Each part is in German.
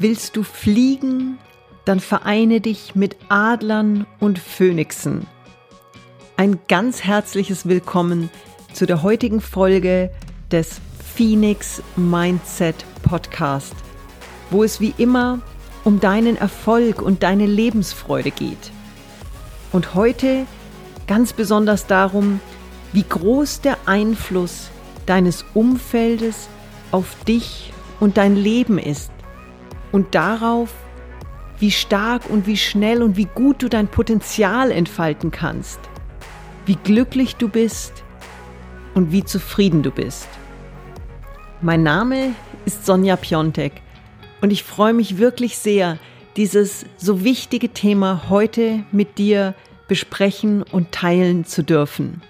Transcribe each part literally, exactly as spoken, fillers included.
Willst du fliegen? Dann vereine dich mit Adlern und Phönixen. Ein ganz herzliches Willkommen zu der heutigen Folge des Phoenix Mindset Podcast, wo es wie immer um deinen Erfolg und deine Lebensfreude geht. Und heute ganz besonders darum, wie groß der Einfluss deines Umfeldes auf dich und dein Leben ist und darauf, wie stark und wie schnell und wie gut du dein Potenzial entfalten kannst, wie glücklich du bist und wie zufrieden du bist. Mein Name ist Sonja Piontek und ich freue mich wirklich sehr, dieses so wichtige Thema heute mit dir besprechen und teilen zu dürfen.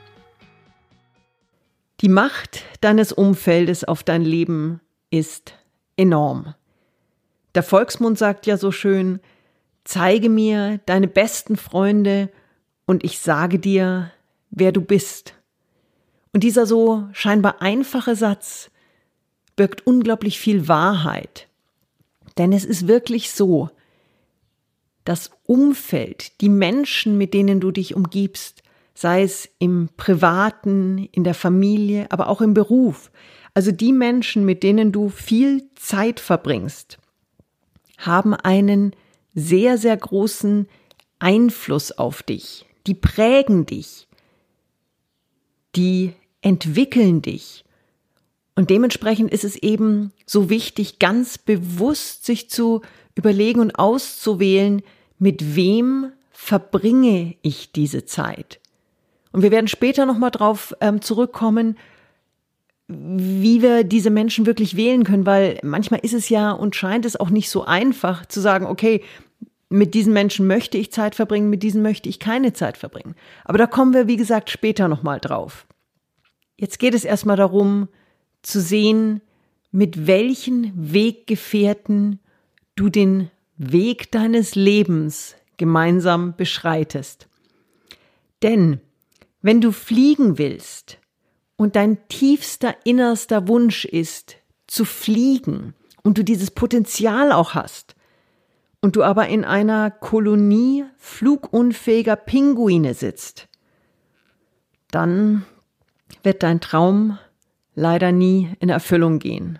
Die Macht deines Umfeldes auf dein Leben ist enorm. Der Volksmund sagt ja so schön: Zeige mir deine besten Freunde und ich sage dir, wer du bist. Und dieser so scheinbar einfache Satz birgt unglaublich viel Wahrheit. Denn es ist wirklich so, das Umfeld, die Menschen, mit denen du dich umgibst, sei es im Privaten, in der Familie, aber auch im Beruf, also die Menschen, mit denen du viel Zeit verbringst, haben einen sehr, sehr großen Einfluss auf dich. Die prägen dich, die entwickeln dich. Und dementsprechend ist es eben so wichtig, ganz bewusst sich zu überlegen und auszuwählen, mit wem verbringe ich diese Zeit. Und wir werden später nochmal drauf ähm, zurückkommen, wie wir diese Menschen wirklich wählen können, weil manchmal ist es ja und scheint es auch nicht so einfach zu sagen, okay, mit diesen Menschen möchte ich Zeit verbringen, mit diesen möchte ich keine Zeit verbringen. Aber da kommen wir, wie gesagt, später nochmal drauf. Jetzt geht es erstmal darum, zu sehen, mit welchen Weggefährten du den Weg deines Lebens gemeinsam beschreitest. Denn wenn du fliegen willst und dein tiefster, innerster Wunsch ist, zu fliegen und du dieses Potenzial auch hast und du aber in einer Kolonie flugunfähiger Pinguine sitzt, dann wird dein Traum leider nie in Erfüllung gehen.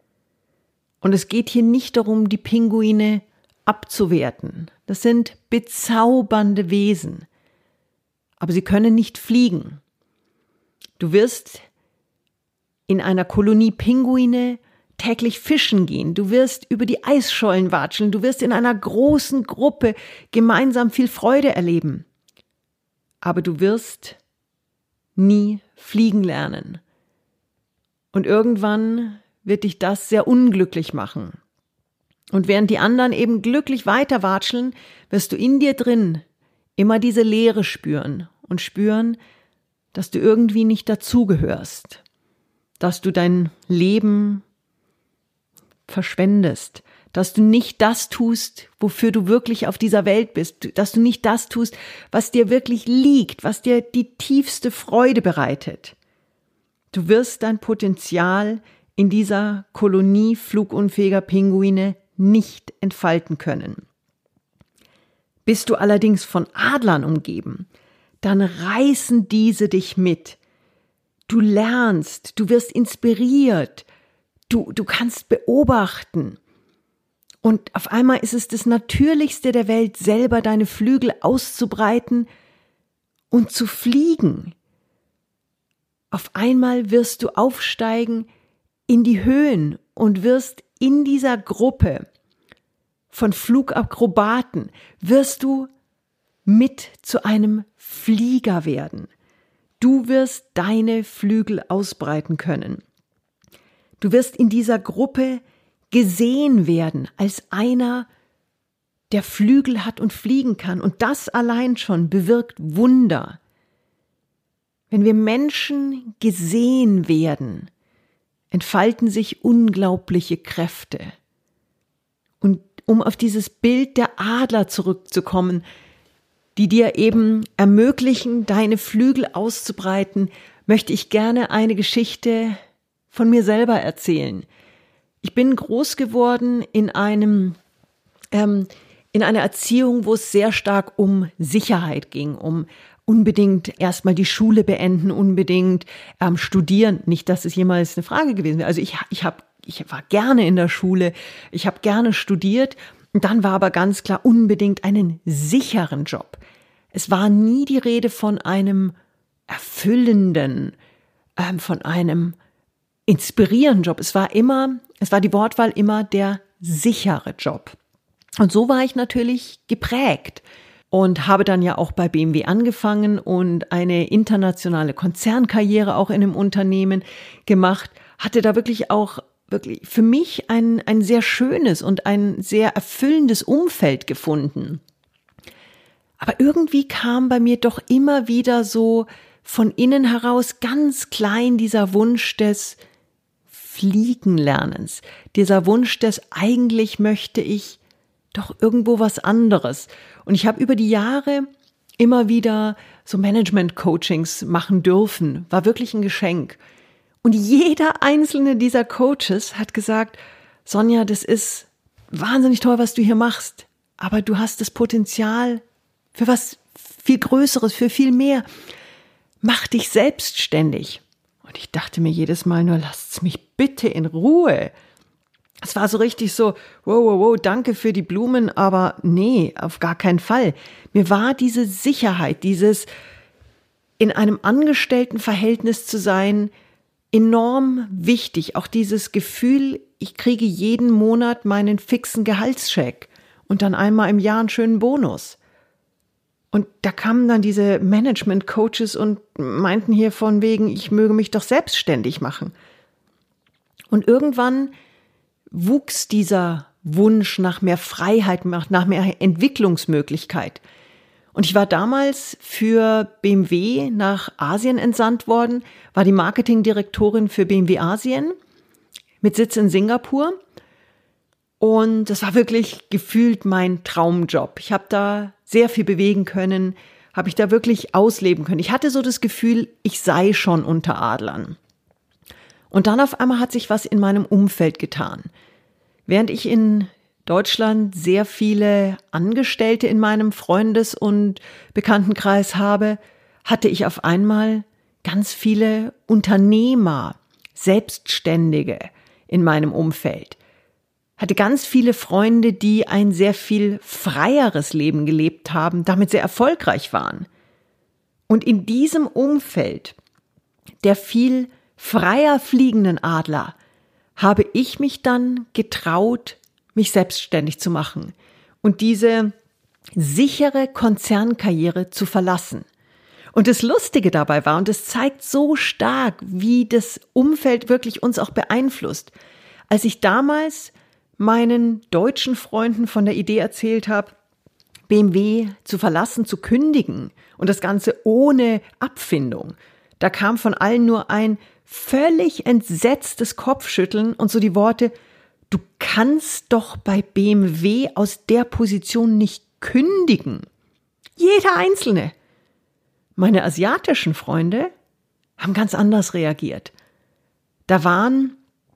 Und es geht hier nicht darum, die Pinguine abzuwerten. Das sind bezaubernde Wesen. Aber sie können nicht fliegen. Du wirst in einer Kolonie Pinguine täglich fischen gehen. Du wirst über die Eisschollen watscheln. Du wirst in einer großen Gruppe gemeinsam viel Freude erleben. Aber du wirst nie fliegen lernen. Und irgendwann wird dich das sehr unglücklich machen. Und während die anderen eben glücklich weiter watscheln, wirst du in dir drin immer diese Leere spüren und spüren, dass du irgendwie nicht dazugehörst, dass du dein Leben verschwendest, dass du nicht das tust, wofür du wirklich auf dieser Welt bist, dass du nicht das tust, was dir wirklich liegt, was dir die tiefste Freude bereitet. Du wirst dein Potenzial in dieser Kolonie flugunfähiger Pinguine nicht entfalten können. Bist du allerdings von Adlern umgeben, dann reißen diese dich mit. Du lernst, du wirst inspiriert, du, du kannst beobachten. Und auf einmal ist es das Natürlichste der Welt, selber deine Flügel auszubreiten und zu fliegen. Auf einmal wirst du aufsteigen in die Höhen und wirst in dieser Gruppe von Flugakrobaten, wirst du mit zu einem Flieger werden. Du wirst deine Flügel ausbreiten können. Du wirst in dieser Gruppe gesehen werden als einer, der Flügel hat und fliegen kann. Und das allein schon bewirkt Wunder. Wenn wir Menschen gesehen werden, entfalten sich unglaubliche Kräfte. Und um auf dieses Bild der Adler zurückzukommen, die dir eben ermöglichen, deine Flügel auszubreiten, möchte ich gerne eine Geschichte von mir selber erzählen. Ich bin groß geworden in einem ähm, in einer Erziehung, wo es sehr stark um Sicherheit ging, um unbedingt erstmal die Schule beenden, unbedingt ähm, studieren. Nicht, dass es jemals eine Frage gewesen wäre. Also ich, ich, hab, ich war gerne in der Schule, ich habe gerne studiert. Und dann war aber ganz klar unbedingt einen sicheren Job. Es war nie die Rede von einem erfüllenden, ähm, von einem inspirierenden Job. Es war immer, es war die Wortwahl immer der sichere Job. Und so war ich natürlich geprägt und habe dann ja auch bei B M W angefangen und eine internationale Konzernkarriere auch in einem Unternehmen gemacht, hatte da wirklich auch wirklich für mich ein, ein sehr schönes und ein sehr erfüllendes Umfeld gefunden. Aber irgendwie kam bei mir doch immer wieder so von innen heraus ganz klein dieser Wunsch des Fliegenlernens, dieser Wunsch des eigentlich möchte ich doch irgendwo was anderes. Und ich habe über die Jahre immer wieder so Management-Coachings machen dürfen, war wirklich ein Geschenk. Und jeder einzelne dieser Coaches hat gesagt, Sonja, das ist wahnsinnig toll, was du hier machst, aber du hast das Potenzial für was viel Größeres, für viel mehr. Mach dich selbstständig. Und ich dachte mir jedes Mal nur, lasst mich bitte in Ruhe. Es war so richtig so, wow, wow, wow, danke für die Blumen, aber nee, auf gar keinen Fall. Mir war diese Sicherheit, dieses in einem Angestelltenverhältnis zu sein, enorm wichtig. Auch dieses Gefühl, ich kriege jeden Monat meinen fixen Gehaltscheck und dann einmal im Jahr einen schönen Bonus. Und da kamen dann diese Management-Coaches und meinten hier von wegen, ich möge mich doch selbstständig machen. Und irgendwann wuchs dieser Wunsch nach mehr Freiheit, nach mehr Entwicklungsmöglichkeit. Und ich war damals für B M W nach Asien entsandt worden, war die Marketingdirektorin für B M W Asien mit Sitz in Singapur. Und das war wirklich gefühlt mein Traumjob. Ich habe da sehr viel bewegen können, habe ich da wirklich ausleben können. Ich hatte so das Gefühl, ich sei schon unter Adlern. Und dann auf einmal hat sich was in meinem Umfeld getan. Während ich in Deutschland sehr viele Angestellte in meinem Freundes- und Bekanntenkreis habe, hatte ich auf einmal ganz viele Unternehmer, Selbstständige in meinem Umfeld. Hatte ganz viele Freunde, die ein sehr viel freieres Leben gelebt haben, damit sehr erfolgreich waren. Und in diesem Umfeld der viel freier fliegenden Adler habe ich mich dann getraut, mich selbstständig zu machen und diese sichere Konzernkarriere zu verlassen. Und das Lustige dabei war, und es zeigt so stark, wie das Umfeld wirklich uns auch beeinflusst, als ich damals meinen deutschen Freunden von der Idee erzählt habe, B M W zu verlassen, zu kündigen und das Ganze ohne Abfindung, da kam von allen nur ein völlig entsetztes Kopfschütteln und so die Worte, du kannst doch bei B M W aus der Position nicht kündigen. Jeder Einzelne. Meine asiatischen Freunde haben ganz anders reagiert. Da waren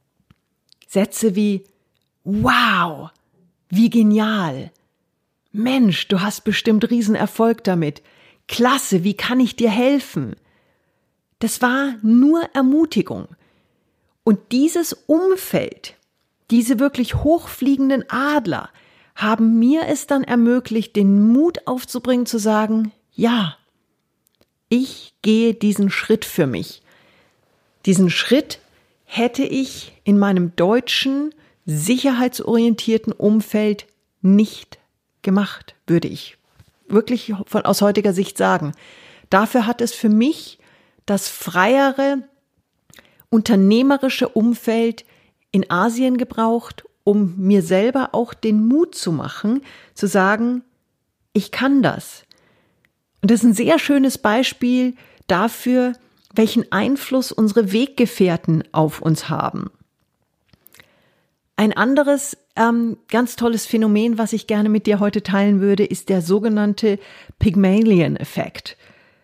Sätze wie, wow, wie genial. Mensch, du hast bestimmt Riesenerfolg damit. Klasse, wie kann ich dir helfen? Das war nur Ermutigung. Und dieses Umfeld, diese wirklich hochfliegenden Adler, haben mir es dann ermöglicht, den Mut aufzubringen, zu sagen, ja, ich gehe diesen Schritt für mich. Diesen Schritt hätte ich in meinem deutschen, sicherheitsorientierten Umfeld nicht gemacht, würde ich wirklich von, aus heutiger Sicht sagen. Dafür hat es für mich das freiere, unternehmerische Umfeld in Asien gebraucht, um mir selber auch den Mut zu machen, zu sagen, ich kann das. Und das ist ein sehr schönes Beispiel dafür, welchen Einfluss unsere Weggefährten auf uns haben. Ein anderes ähm, ganz tolles Phänomen, was ich gerne mit dir heute teilen würde, ist der sogenannte Pygmalion-Effekt.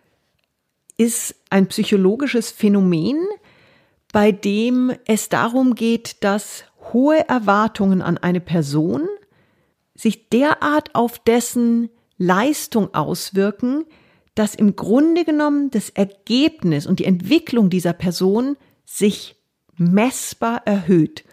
Ist ein psychologisches Phänomen, bei dem es darum geht, dass hohe Erwartungen an eine Person sich derart auf dessen Leistung auswirken, dass im Grunde genommen das Ergebnis und die Entwicklung dieser Person sich messbar erhöht.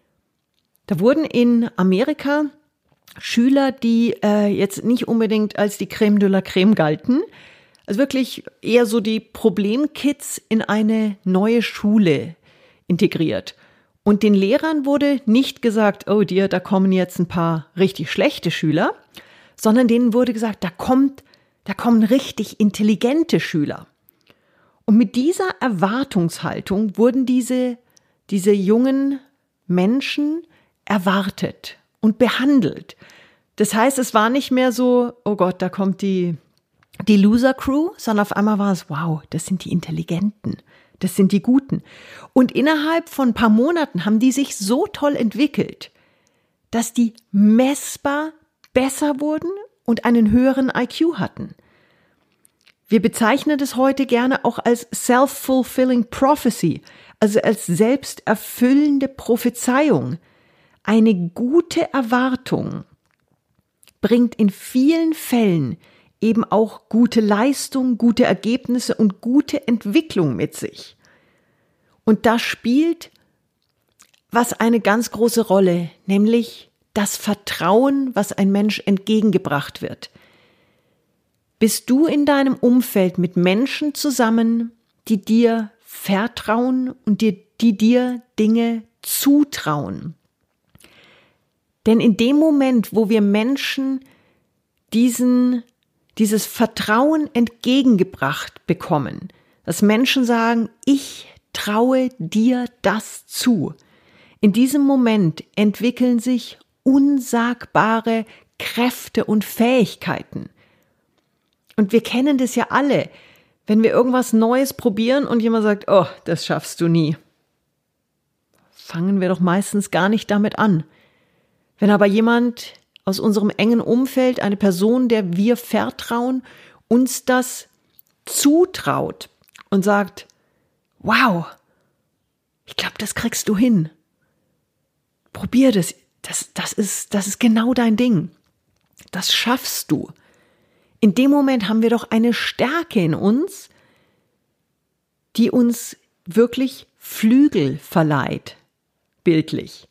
Da wurden in Amerika Schüler, die äh, jetzt nicht unbedingt als die Crème de la Crème galten, also wirklich eher so die Problemkids, in eine neue Schule integriert. Und den Lehrern wurde nicht gesagt, oh dir, da kommen jetzt ein paar richtig schlechte Schüler, sondern denen wurde gesagt, da kommt, da kommen richtig intelligente Schüler. Und mit dieser Erwartungshaltung wurden diese, diese jungen Menschen erwartet und behandelt. Das heißt, es war nicht mehr so, oh Gott, da kommt die, die Loser-Crew, sondern auf einmal war es, wow, das sind die Intelligenten, das sind die Guten. Und innerhalb von ein paar Monaten haben die sich so toll entwickelt, dass die messbar besser wurden und einen höheren I Q hatten. Wir bezeichnen das heute gerne auch als self-fulfilling prophecy, also als selbsterfüllende Prophezeiung. Eine gute Erwartung bringt in vielen Fällen eben auch gute Leistung, gute Ergebnisse und gute Entwicklung mit sich. Und da spielt was eine ganz große Rolle, nämlich das Vertrauen, was ein Mensch entgegengebracht wird. Bist du in deinem Umfeld mit Menschen zusammen, die dir vertrauen und die, die dir Dinge zutrauen? Denn in dem Moment, wo wir Menschen diesen, dieses Vertrauen entgegengebracht bekommen, dass Menschen sagen, ich traue dir das zu, in diesem Moment entwickeln sich unsagbare Kräfte und Fähigkeiten. Und wir kennen das ja alle, wenn wir irgendwas Neues probieren und jemand sagt, oh, das schaffst du nie. Fangen wir doch meistens gar nicht damit an. Wenn aber jemand aus unserem engen Umfeld, eine Person, der wir vertrauen, uns das zutraut und sagt, wow, ich glaube, das kriegst du hin. Probier das, das, das ist, das ist genau dein Ding. Das schaffst du. In dem Moment haben wir doch eine Stärke in uns, die uns wirklich Flügel verleiht, bildlich.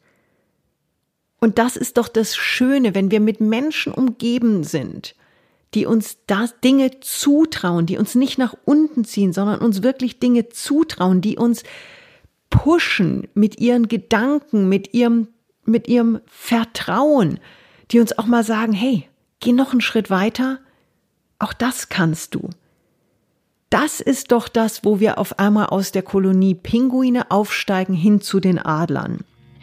Und das ist doch das Schöne, wenn wir mit Menschen umgeben sind, die uns das Dinge zutrauen, die uns nicht nach unten ziehen, sondern uns wirklich Dinge zutrauen, die uns pushen mit ihren Gedanken, mit ihrem, mit ihrem Vertrauen, die uns auch mal sagen, hey, geh noch einen Schritt weiter, auch das kannst du. Das ist doch das, wo wir auf einmal aus der Kolonie Pinguine aufsteigen hin zu den Adlern.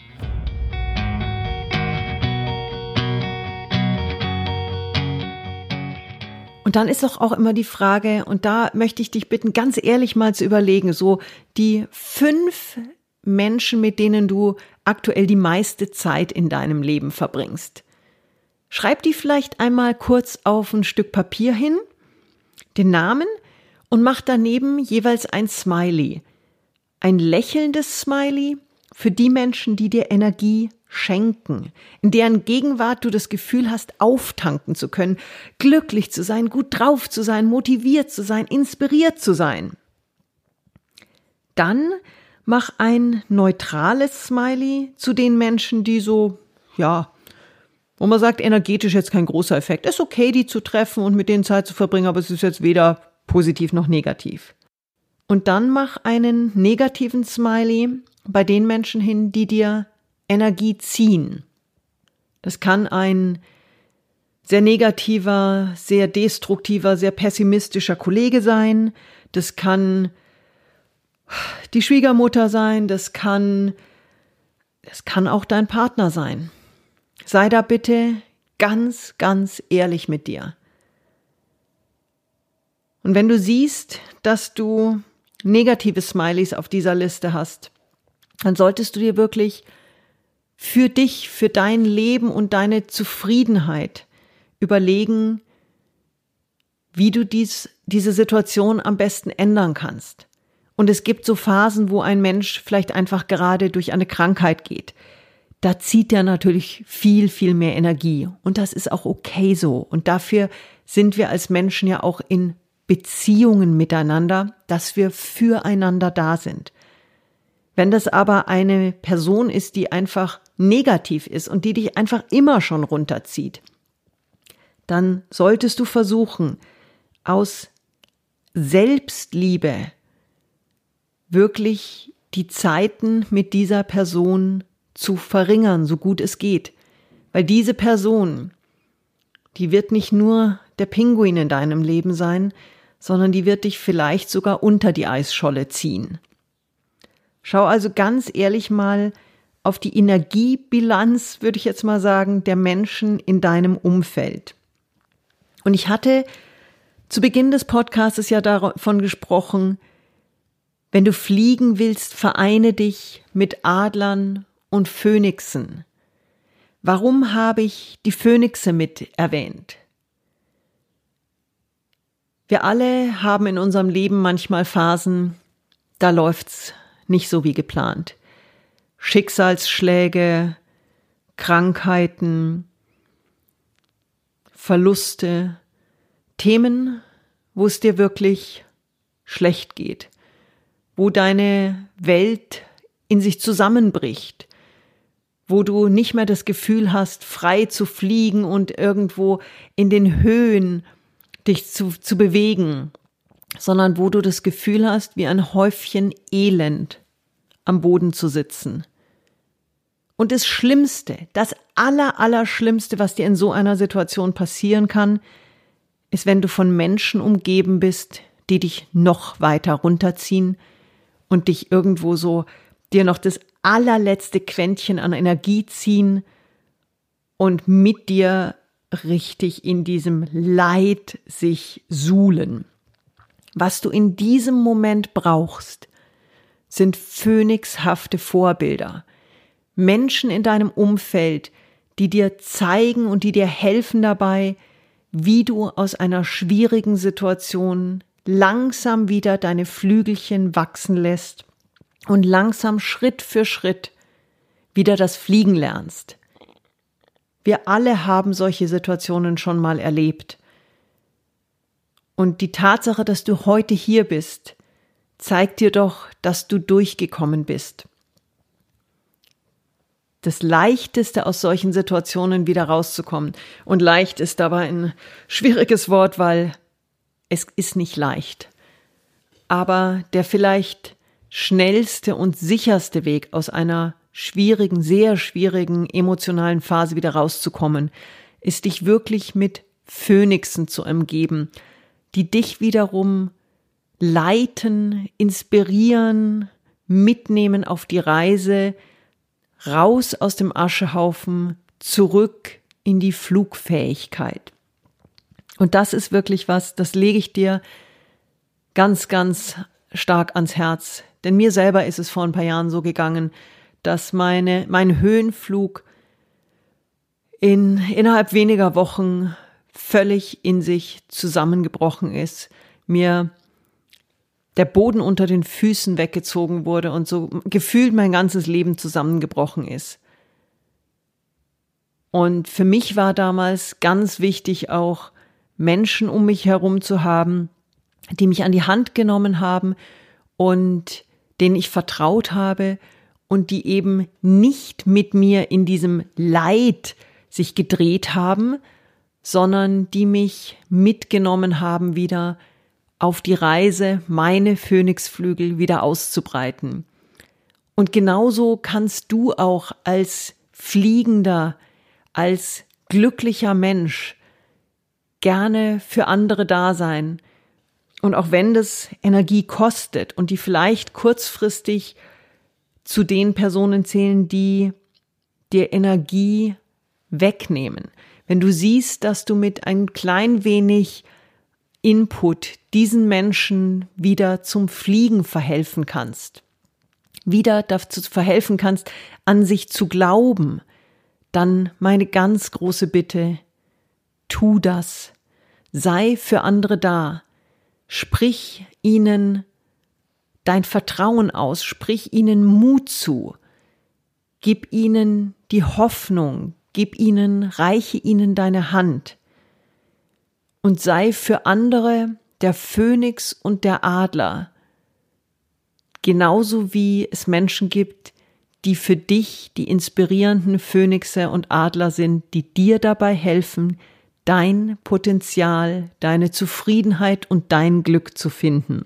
Und dann ist doch auch immer die Frage, und da möchte ich dich bitten, ganz ehrlich mal zu überlegen, so die fünf Menschen, mit denen du aktuell die meiste Zeit in deinem Leben verbringst. Schreib die vielleicht einmal kurz auf ein Stück Papier hin, den Namen, und mach daneben jeweils ein Smiley. Ein lächelndes Smiley für die Menschen, die dir Energie schenken, in deren Gegenwart du das Gefühl hast, auftanken zu können, glücklich zu sein, gut drauf zu sein, motiviert zu sein, inspiriert zu sein. Dann mach ein neutrales Smiley zu den Menschen, die so, ja, wo man sagt, energetisch jetzt kein großer Effekt. Ist okay, die zu treffen und mit denen Zeit zu verbringen, aber es ist jetzt weder positiv noch negativ. Und dann mach einen negativen Smiley bei den Menschen hin, die dir Energie ziehen. Das kann ein sehr negativer, sehr destruktiver, sehr pessimistischer Kollege sein. Das kann die Schwiegermutter sein. Das kann, das kann auch dein Partner sein. Sei da bitte ganz, ganz ehrlich mit dir. Und wenn du siehst, dass du negative Smileys auf dieser Liste hast, dann solltest du dir wirklich für dich, für dein Leben und deine Zufriedenheit überlegen, wie du dies, diese Situation am besten ändern kannst. Und es gibt so Phasen, wo ein Mensch vielleicht einfach gerade durch eine Krankheit geht. da zieht der natürlich viel, viel mehr Energie. Und das ist auch okay so. Und dafür sind wir als Menschen ja auch in Beziehungen miteinander, dass wir füreinander da sind. Wenn das aber eine Person ist, die einfach negativ ist und die dich einfach immer schon runterzieht, dann solltest du versuchen, aus Selbstliebe wirklich die Zeiten mit dieser Person zu verringern, so gut es geht. Weil diese Person, die wird nicht nur der Pinguin in deinem Leben sein, sondern die wird dich vielleicht sogar unter die Eisscholle ziehen. Schau also ganz ehrlich mal auf die Energiebilanz, würde ich jetzt mal sagen, der Menschen in deinem Umfeld. Und ich hatte zu Beginn des Podcasts ja davon gesprochen, wenn du fliegen willst, vereine dich mit Adlern und Phönixen. Warum habe ich die Phönixe mit erwähnt? Wir alle haben in unserem Leben manchmal Phasen, da läuft's nicht so wie geplant. Schicksalsschläge, Krankheiten, Verluste, Themen, wo es dir wirklich schlecht geht, wo deine Welt in sich zusammenbricht, wo du nicht mehr das Gefühl hast, frei zu fliegen und irgendwo in den Höhen dich zu, zu bewegen, sondern wo du das Gefühl hast, wie ein Häufchen Elend am Boden zu sitzen. Und das Schlimmste, das aller, aller Schlimmste, was dir in so einer Situation passieren kann, ist, wenn du von Menschen umgeben bist, die dich noch weiter runterziehen und dich irgendwo so, dir noch das allerletzte Quäntchen an Energie ziehen und mit dir richtig in diesem Leid sich suhlen. Was du in diesem Moment brauchst, sind phönixhafte Vorbilder. Menschen in deinem Umfeld, die dir zeigen und die dir helfen dabei, wie du aus einer schwierigen Situation langsam wieder deine Flügelchen wachsen lässt und langsam Schritt für Schritt wieder das Fliegen lernst. Wir alle haben solche Situationen schon mal erlebt. Und die Tatsache, dass du heute hier bist, zeigt dir doch, dass du durchgekommen bist. Das Leichteste aus solchen Situationen wieder rauszukommen. Und leicht ist dabei ein schwieriges Wort, weil es ist nicht leicht. Aber der vielleicht schnellste und sicherste Weg aus einer schwierigen, sehr schwierigen emotionalen Phase wieder rauszukommen, ist dich wirklich mit Phönixen zu umgeben, die dich wiederum leiten, inspirieren, mitnehmen auf die Reise, raus aus dem Aschehaufen, zurück in die Flugfähigkeit. Und das ist wirklich was, das lege ich dir ganz, ganz stark ans Herz. Denn mir selber ist es vor ein paar Jahren so gegangen, dass meine, mein Höhenflug in, innerhalb weniger Wochen völlig in sich zusammengebrochen ist. Mir der Boden unter den Füßen weggezogen wurde und so gefühlt mein ganzes Leben zusammengebrochen ist. Und für mich war damals ganz wichtig auch, Menschen um mich herum zu haben, die mich an die Hand genommen haben und denen ich vertraut habe und die eben nicht mit mir in diesem Leid sich gedreht haben, sondern die mich mitgenommen haben, wieder auf die Reise, meine Phönixflügel wieder auszubreiten. Und genauso kannst du auch als Fliegender, als glücklicher Mensch gerne für andere da sein. Und auch wenn das Energie kostet und die vielleicht kurzfristig zu den Personen zählen, die dir Energie wegnehmen. Wenn du siehst, dass du mit ein klein wenig Input diesen Menschen wieder zum Fliegen verhelfen kannst, wieder dazu verhelfen kannst, an sich zu glauben, dann meine ganz große Bitte, tu das, sei für andere da, sprich ihnen dein Vertrauen aus, sprich ihnen Mut zu, gib ihnen die Hoffnung, gib ihnen, reiche ihnen deine Hand und sei für andere der Phönix und der Adler, genauso wie es Menschen gibt, die für dich die inspirierenden Phönixe und Adler sind, die dir dabei helfen, dein Potenzial, deine Zufriedenheit und dein Glück zu finden.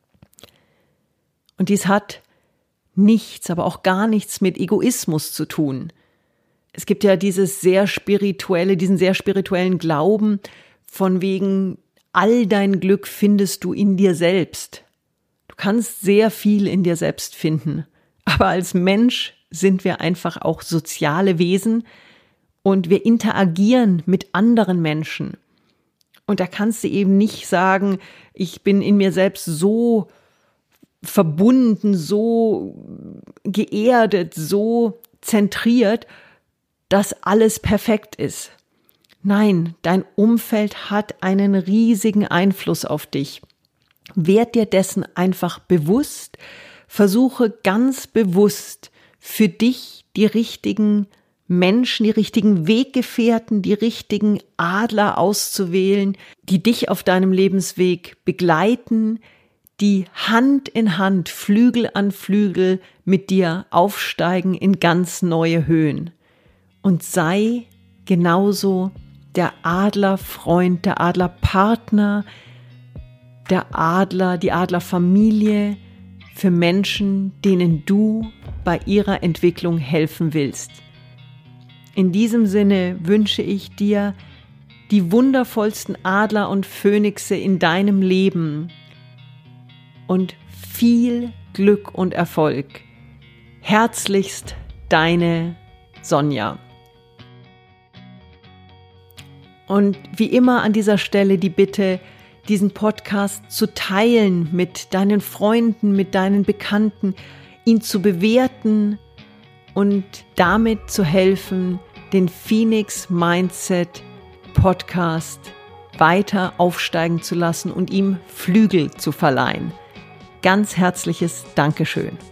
Und dies hat nichts, aber auch gar nichts mit Egoismus zu tun. Es gibt ja dieses sehr spirituelle, diesen sehr spirituellen Glauben, von wegen all dein Glück findest du in dir selbst. Du kannst sehr viel in dir selbst finden, aber als Mensch sind wir einfach auch soziale Wesen und wir interagieren mit anderen Menschen. Und da kannst du eben nicht sagen, ich bin in mir selbst so verbunden, so geerdet, so zentriert, dass alles perfekt ist. Nein, dein Umfeld hat einen riesigen Einfluss auf dich. Werd dir dessen einfach bewusst, versuche ganz bewusst für dich die richtigen Menschen, die richtigen Weggefährten, die richtigen Adler auszuwählen, die dich auf deinem Lebensweg begleiten, die Hand in Hand, Flügel an Flügel mit dir aufsteigen in ganz neue Höhen. Und sei genauso der Adlerfreund, der Adlerpartner, der Adler, die Adlerfamilie für Menschen, denen du bei ihrer Entwicklung helfen willst. In diesem Sinne wünsche ich dir die wundervollsten Adler und Phönixe in deinem Leben und viel Glück und Erfolg. Herzlichst deine Sonja. Und wie immer an dieser Stelle die Bitte, diesen Podcast zu teilen mit deinen Freunden, mit deinen Bekannten, ihn zu bewerten und damit zu helfen, den Phoenix Mindset Podcast weiter aufsteigen zu lassen und ihm Flügel zu verleihen. Ganz herzliches Dankeschön.